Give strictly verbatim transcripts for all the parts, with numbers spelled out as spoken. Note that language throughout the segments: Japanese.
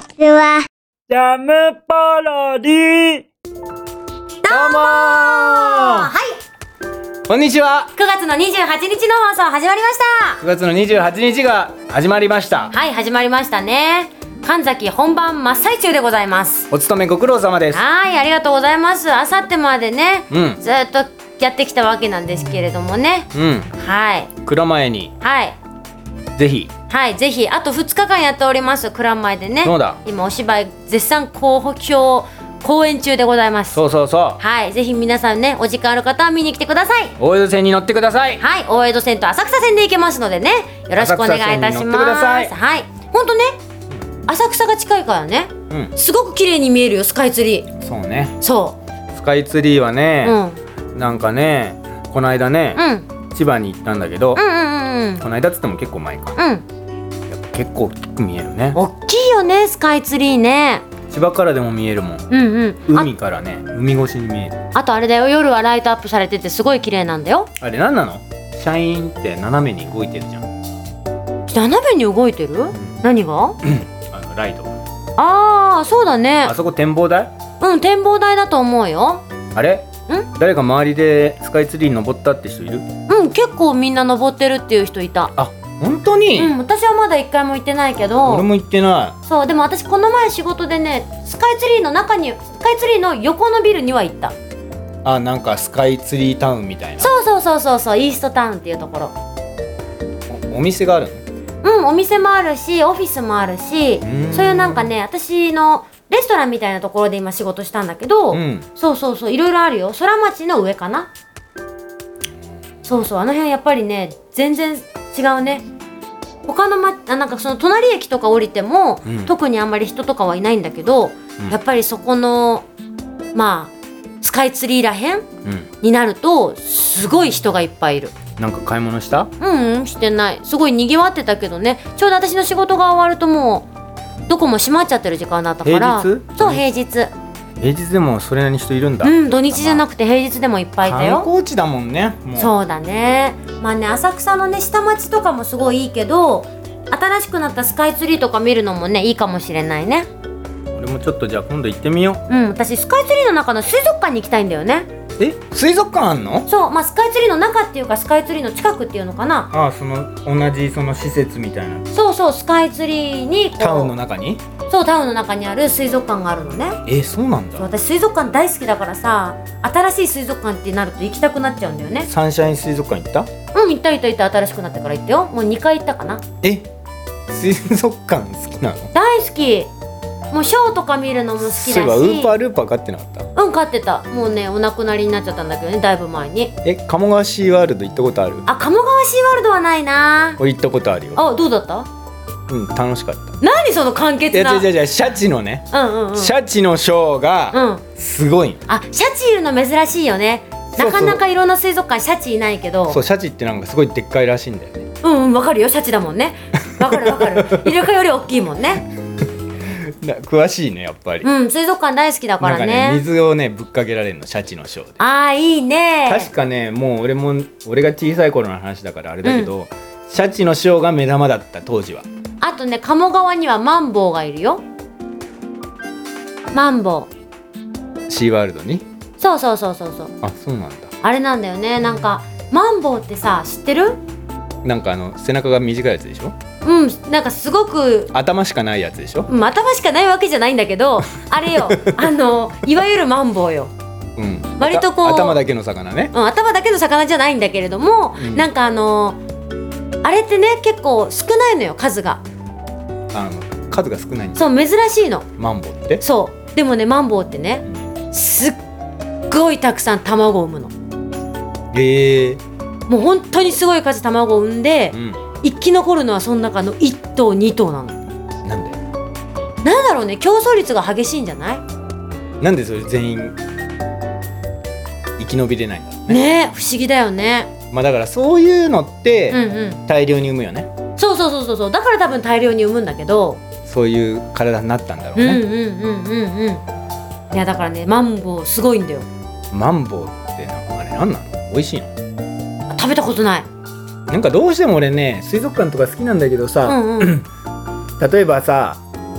ちは。 ジャムパロディ。どうもー。 はいこんにちは。 くがつのにじゅうはちにちの放送始まりましくがつのにじゅうはちにちが始まりました。 た。はい、始まりましたね。神崎本番真っ最中でございます。 お勤めご苦労様です。 はい、ありがとうございます。あさってまでね、 うんずっとやってきたわけなんですけれどもね。 うん。 はい蔵前にはいぜひ。 はい、ぜひあとふつかかんやっております。蔵前でね。 そうだ。 今お芝居絶賛好評公演中でございます。 そうそうそう。 はい、ぜひ皆さんね、お時間ある方は見に来てください。 大江戸線に乗ってください。 はい、大江戸線と浅草線で行けますのでね、よろしくお願いいたし浅草線に乗ってくます。 ださいはい、ほんとね、浅草が近いからね、 うん。 すごく綺麗に見えるよ、スカイツリー。 そうね。 そスカイツリーはう、 ね、 うん、 なんかね、この間ね、 うん、 千葉に行ったんだけど、 うんうんうんこの間っつっても結構前か。 うん、うん、 やっぱ結構大きく見えるね。 大きいよね、スカイツリーね。 千葉からでも見えるもん。 うんうん。あ、 海からね、海越しに見える。 あとあれだよ、夜はライトアップされててすごい綺麗なんだよ。 あれ何なの？シャインって斜めに動いてるじゃん。 斜めに動いてる？何が？ あのライト。 ああ、そうだねあ。そこ展望台？ うん、展望台だと思うよ。 あれ？誰か周りでスカイツリー登ったって人いる？ うん、結構みんな登ってるっていう人いた。 あ、本当に？ うん、私はまだ一回も行ってないけど。 俺も行ってなそう、でも私この前仕事でね、スカイツリーの中に、スカイツリーの横のビルには行った。 い。あ、なんかスカイツリータウンみたいな。 そうそうそうそうそう、イーストタウンっていうところ。 お、お店があるうん、お店もあるし、オフィスもあるし、 うんそういうなんかね、私のレストランみたいなところで今仕事したんだけど、 の？うん。 そうそうそう、いろいろあるよ。空町の上かな。そうそう、あの辺やっぱりね、全然違うね。他のま、あなんかその隣駅とか降りても、 うん特にあんまり人とかはいないんだけど、 うんやっぱりそこのまあスカイツリーらへんうん。 になるとすごい人がいっぱいいる。 なんか買い物した？ うんうんしてない。すごい賑わってたけどね、ちょうど私の仕事が終わるともうどこも閉まっちゃってる時間だったから。 平日？ そう、平日。 平日でもそれなりに人いるんだ。 うん、土日じゃなくて平日でもいっぱいいた観よ。 光地だもんね。もう。 そうだね。まあね、浅草のね下町とかもすごいいいけど、新しくなったスカイツリーとか見るのもねいいかもしれないね。 俺もちょっとじゃあ今度行ってみようん、私スカイツリーの中の水族館に行きたいんだよね。 う。え、水族館あんの？ そう、まあスカイツリーの中っていうかスカイツリーの近くっていうのかな。 ああ、その同じその施設みたいな。 そうそう、スカイツリーにこうタウンの中に？ そう、タウンの中にある水族館があるのね。 え、そうなんだ。 そう、私水族館大好きだからさ、新しい水族館ってなると行きたくなっちゃうんだよね。 サンシャイン水族館行った？ うん、行った行った行った、新しくなってから行ったよ。もうにかい行ったかな。 え、水族館好きなの？ 大好き。もうショーとか見るのも好きだし。 そういえばウーパールーパー飼ってなかった？ うん、飼ってた。もうね、お亡くなりになっちゃったんだけどね、だいぶ前に。 え、鴨川シーワールド行ったことある？ あ、鴨川シーワールドはないな。 俺行ったことあるよ。 あ、どうだった？ うん、楽しかった。 何その簡潔いやな。 違う違う違う、シャチのね、 うんうんうん。 シャチのショーがうん。 すごいの。 あ、シャチいるの珍しいよね。 そうそうなかなかいろんな水族館シャチいないけど。 そう、シャチってなんかすごいでっかいらしいんだよね。 うんうん、わかるよ、シャチだもんね。わかるわかる。イルカより大きいもんね。 な詳しいね、やっぱり。 うん、水族館大好きだかなんからね。 ね、水をねぶっかけられるの、シャチのショーで。 あー、いいね。 確かね、もう俺も俺が小さい頃の話だからあれだけど、シャチのショーが目玉だった当時は。 あとね、鴨川にはマンボウがいるよ。マンボウ。 シーワールドに。 そうそうそうそうそう。 あ、そうなんだ。 あれなんだよね。なんかマンボウってさ、知ってる？ なんかあの背中が短いやつでしょ？ うん、なんかすごく、 頭しかないやつでしょ？ うん、頭しかないわけじゃないんだけど、あれよ、あのいわゆるマンボウよ。 うん。 割とこうあた頭だけの魚ね。 うん、頭だけの魚じゃないんだけれども、 うんなんかあのあれってね結構少ないのよ、数が。 あの数が少ないんだ。 そう、珍しいの。 マンボウって。 そう、でもね、マンボウってね、すっごいたくさん卵を産むの。 ええもう本当にすごい数卵を産んで、 うん。 生き残るのはその中のいっとうにとうなの。 なんで？ なんだろうね、競争率が激しいんじゃない？ なんでそれ全員生き延びれないんだろうね。 ねえ、不思議だよね。 まあだからそういうのってうんうん。 大量に産むよね。 そうそうそうそうそう、だから多分大量に産むんだけど。 そういう体になったんだろうね。 うんうんうんうんうん。いやだからね、マンボウすごいんだよ。 マンボウってなあれなんなの？美味しいの？ 食べたことない。 なんかどうしても俺ね水族館とか好きなんだけどさ、 うんうん。 例えばさ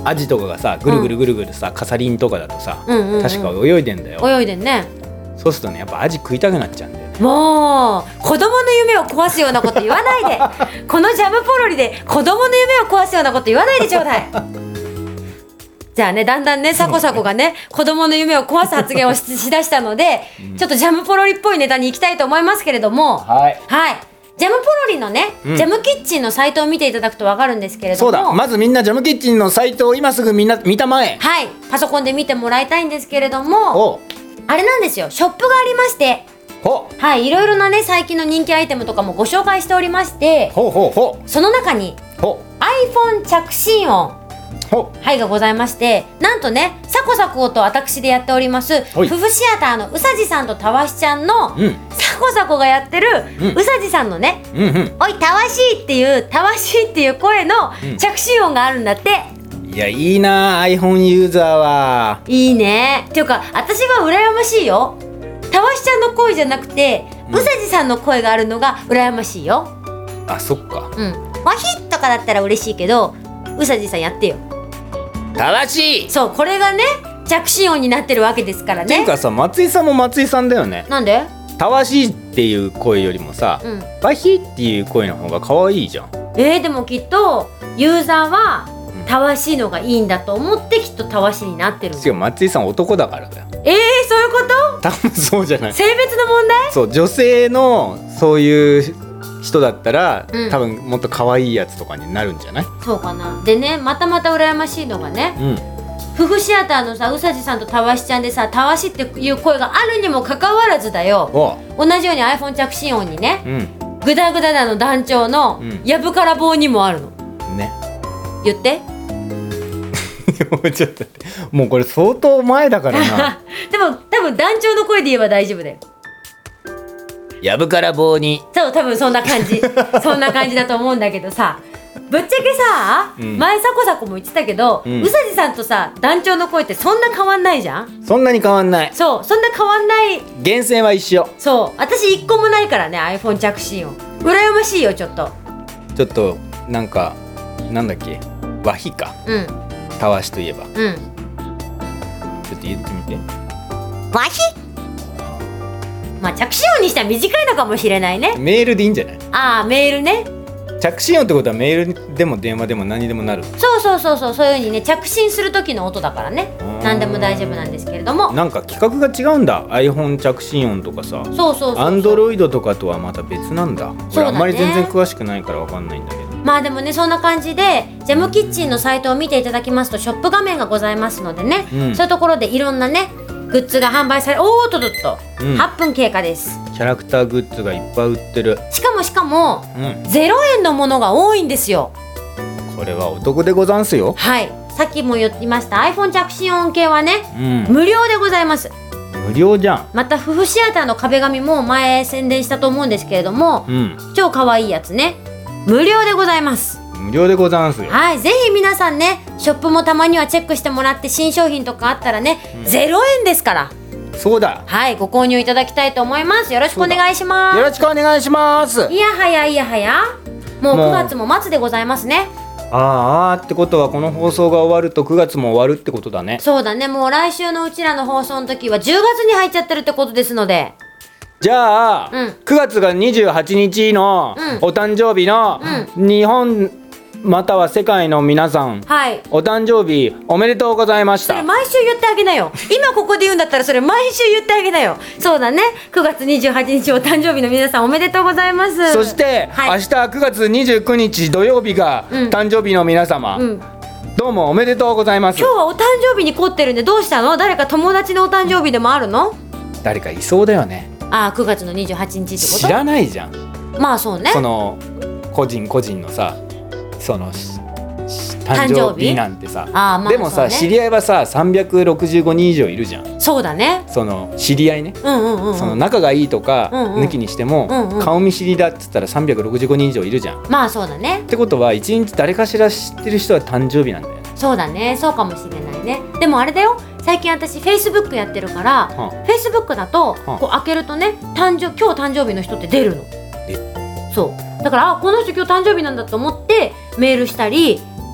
アジとかがさぐるぐるぐるぐるさ、カサリンとかだとさ、 うんうんうん、 確か泳いでんだよ。 泳いでんね。 そうするとねやっぱアジ食いたくなっちゃうんだよね。 もう子供の夢を壊すようなこと言わないでこのジャムポロリで子供の夢を壊すようなこと言わないでちょうだいじゃあねだんだんねサコサコがね子供の夢を壊す発言を し, しだしたので、うん、ちょっとジャムポロリっぽいネタに行きたいと思いますけれども、 はい、 はい、ジャムポロリのね、うん、ジャムキッチンのサイトを見ていただくと分かるんですけれども、 そうだ、まずみんなジャムキッチンのサイトを今すぐみんな見たまえ。 はい、パソコンで見てもらいたいんですけれども、あれなんですよ、ショップがありまして、 ほはい、いろいろなね最近の人気アイテムとかもご紹介しておりまして、 ほうほうほう、 その中にほ iPhone 着信音ほはいがございまして、なんとねサコサコと私でやっております夫婦シアターのうさじさんとたわしちゃんの、うん、サコサコがやってる、うん、うさじさんのね、うんうん、おいたわしっていうたわしっていう声の着信音があるんだって、 うん、いやいいな iPhone ユーザーは。 いいねっていうか私は羨ましいよ。たわしちゃんの声じゃなくて、うん、うさじさんの声があるのが羨ましいよ。 あ、そっか。 うん。わひとかだったら嬉しいけど、うさじさんやってよ。 たわし。 そう、これがね着信音になってるわけですからね。 っていうかさ、松井さんも松井さんだよね。 なんで？ たわしっていう声よりもさ、うん、わひっていう声の方が可愛いじゃん。えー、でもきっとユーザーはたわしのがいいんだと思ってきっとたわしになってるんだ。 違う、松井さん男だからだよ。 えー、そういうこと？ 多分そうじゃない。 性別の問題？ そう、女性のそういう人だったら、うん、多分もっと可愛いやつとかになるんじゃない？そうかな。 でね、またまた羨ましいのがね、うん、夫婦シアターのさうさじさんとたわしちゃんでさ、たわしっていう声があるにもかかわらずだよ、同じように iPhone 着信音にね、うん、グダグダなの団長の、うん、やぶから棒にもあるのね。 言ってもうちょっと待って、もうこれ相当前だからなでも多分団長の声で言えば大丈夫だよ。 やぶから棒に。 そう、多分そんな感じそんな感じだと思うんだけどさ、ぶっちゃけさ、うん、前サコサコも言ってたけど、うん、うさじさんとさ団長の声ってそんな変わんないじゃん。 そんなに変わんない。 そう、そんな変わんない。 源泉は一緒。 そう、私一個もないからね iPhone 着信音。羨ましいよ。ちょっとちょっとなんかなんだっけ、和ひか、うん、たわしといえば、うん、ちょっと言ってみて。 わひ。まあ着信音にしては短いのかもしれないね。 メールでいいんじゃない？ ああ、メールね。 着信音ってことはメールでも電話でも何でもなる。 そうそうそうそう、そういう風にね着信する時の音だからね、何でも大丈夫なんですけれども。 なんか規格が違うんだ iPhone 着信音とかさ。 そうそうそうそう、 Android とかとはまた別なんだ。これあんまり全然詳しくないから分かんないんだけど、 まあでもねそんな感じでジャムキッチンのサイトを見ていただきますとショップ画面がございますのでね、うん、そういうところでいろんなねグッズが販売され、おーっとっとっと、うん、はっぷん経過です。 キャラクターグッズがいっぱい売ってる。 しかもしかも、うん、ゼロえんのものが多いんですよ。 これはお得でござんすよ。 はい、さっきも言いました iPhone 着信音系はね、うん、無料でございます。 無料じゃん。 また夫婦シアターの壁紙も前宣伝したと思うんですけれども、うん、超かわいいやつね、無料でございます。 無料でございますよ。 はい、ぜひ皆さんねショップもたまにはチェックしてもらって、新商品とかあったらね、うん、ゼロえんですから。 そうだ。 はい、ご購入いただきたいと思います。よろしくお願いします。 よろしくお願いします。 いやはやいやはや、もうくがつも末でございますね。 ああ、ってことはこの放送が終わるとくがつも終わるってことだね。 そうだね、もう来週のうちらの放送の時はじゅうがつに入っちゃってるってことですので、 じゃあ、うん、くがつがにじゅうはちにちのお誕生日の日本または世界の皆さん、はい、お誕生日おめでとうございました。 それ毎週言ってあげなよ。今ここで言うんだったらそれ毎週言ってあげなよ。そうだね、くがつにじゅうはちにちお誕生日の皆さんおめでとうございます。 そして、はい、明日くがつにじゅうくにち土曜日が誕生日の皆様、うんうん、どうもおめでとうございます。 今日はお誕生日に凝ってるんでどうしたの？誰か友達のお誕生日でもあるの？ 誰かいそうだよね。 ああ、くがつのにじゅうはちにちってこと？ 知らないじゃん。 まあそうね、 その個人個人のさ、その誕生日なんてさ、あ、まあ、でもさ、ね、知り合いはささんびゃくろくじゅうごにん以上いるじゃん。 そうだね、 その知り合いね、 うんうんうんうん、 その仲がいいとか、うんうん、抜きにしても、うんうん、顔見知りだっつったらさんびゃくろくじゅうごにん以上いるじゃん。 まあそうだね。 ってことはいちにち誰かしら知ってる人は誕生日なんだよね。 そうだね、そうかもしれないね。でもあれだよ、最近私 Facebook やってるから、はあ、Facebook だと、はあ、こう開けるとね、誕生今日誕生日の人って出るの。そうだから、あ、この人今日誕生日なんだと思ってメールしたり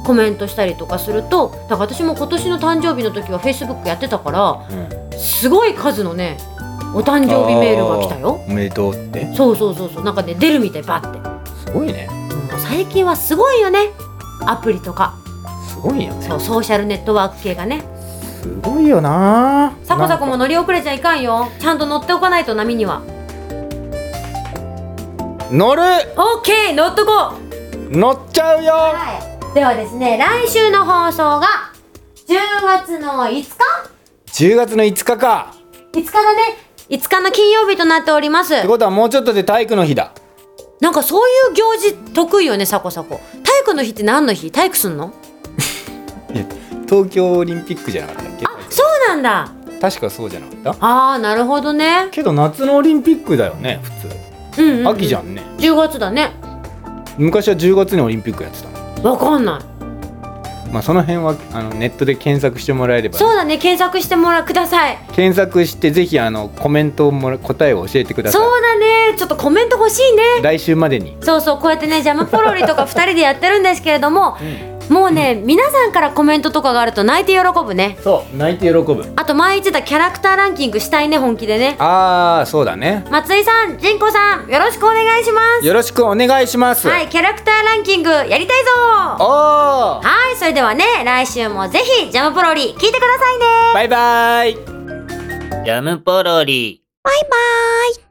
コメントしたりとかすると、だから私も今年の誕生日の時は Facebook やってたから、うん、すごい数のねお誕生日メールが来たよ。 おめでとうって。 そうそうそうそう、なんかね出るみたい、バッて。 すごいね。 もう最近はすごいよね、アプリとか。 すごいよね。 そう、ソーシャルネットワーク系がね。 すごいよな。 サコサコも乗り遅れちゃいかんよ。ちゃんと乗っておかないと、波には。 乗る。 オッケー、乗っとこう。乗っちゃうよ。 はい、ではですね、来週の放送がじゅうがつのいつか。 じゅうがつのいつかか。 いつかだね。いつかの金曜日となっております。 ってことはもうちょっとで体育の日だ。 なんかそういう行事得意よね、サコサコ。体育の日って何の日？体育すんの？ いや、東京オリンピックじゃなかったっけ？ あ、そうなんだ。 確かそうじゃなかった？ あー、なるほどね。 けど夏のオリンピックだよね、普通。うんうんうん、秋じゃんね。 じゅうがつだね。 昔はじゅうがつにオリンピックやってたの。 わかんない。 まあその辺はあのネットで検索してもらえれば、ね、 そうだね、検索してもらください。 検索してぜひあのコメントをもら答えを教えてください。 そうだね、ちょっとコメント欲しいね、 来週までに。 そうそう、こうやってねジャムポロリとかふたりでやってるんですけれども、うん、もうね、うん、皆さんからコメントとかがあると泣いて喜ぶね。 そう、泣いて喜ぶ。 あと前言ってたキャラクターランキングしたいね、本気でね。 ああ、そうだね。 松井さん、仁子さん、よろしくお願いします。 よろしくお願いします。 はい、キャラクターランキングやりたいぞ。 おー、 はい、それではね、来週もぜひジャムポロリ聞いてくださいね。 バイバイ。 ジャムポロリ。 バイバーイ。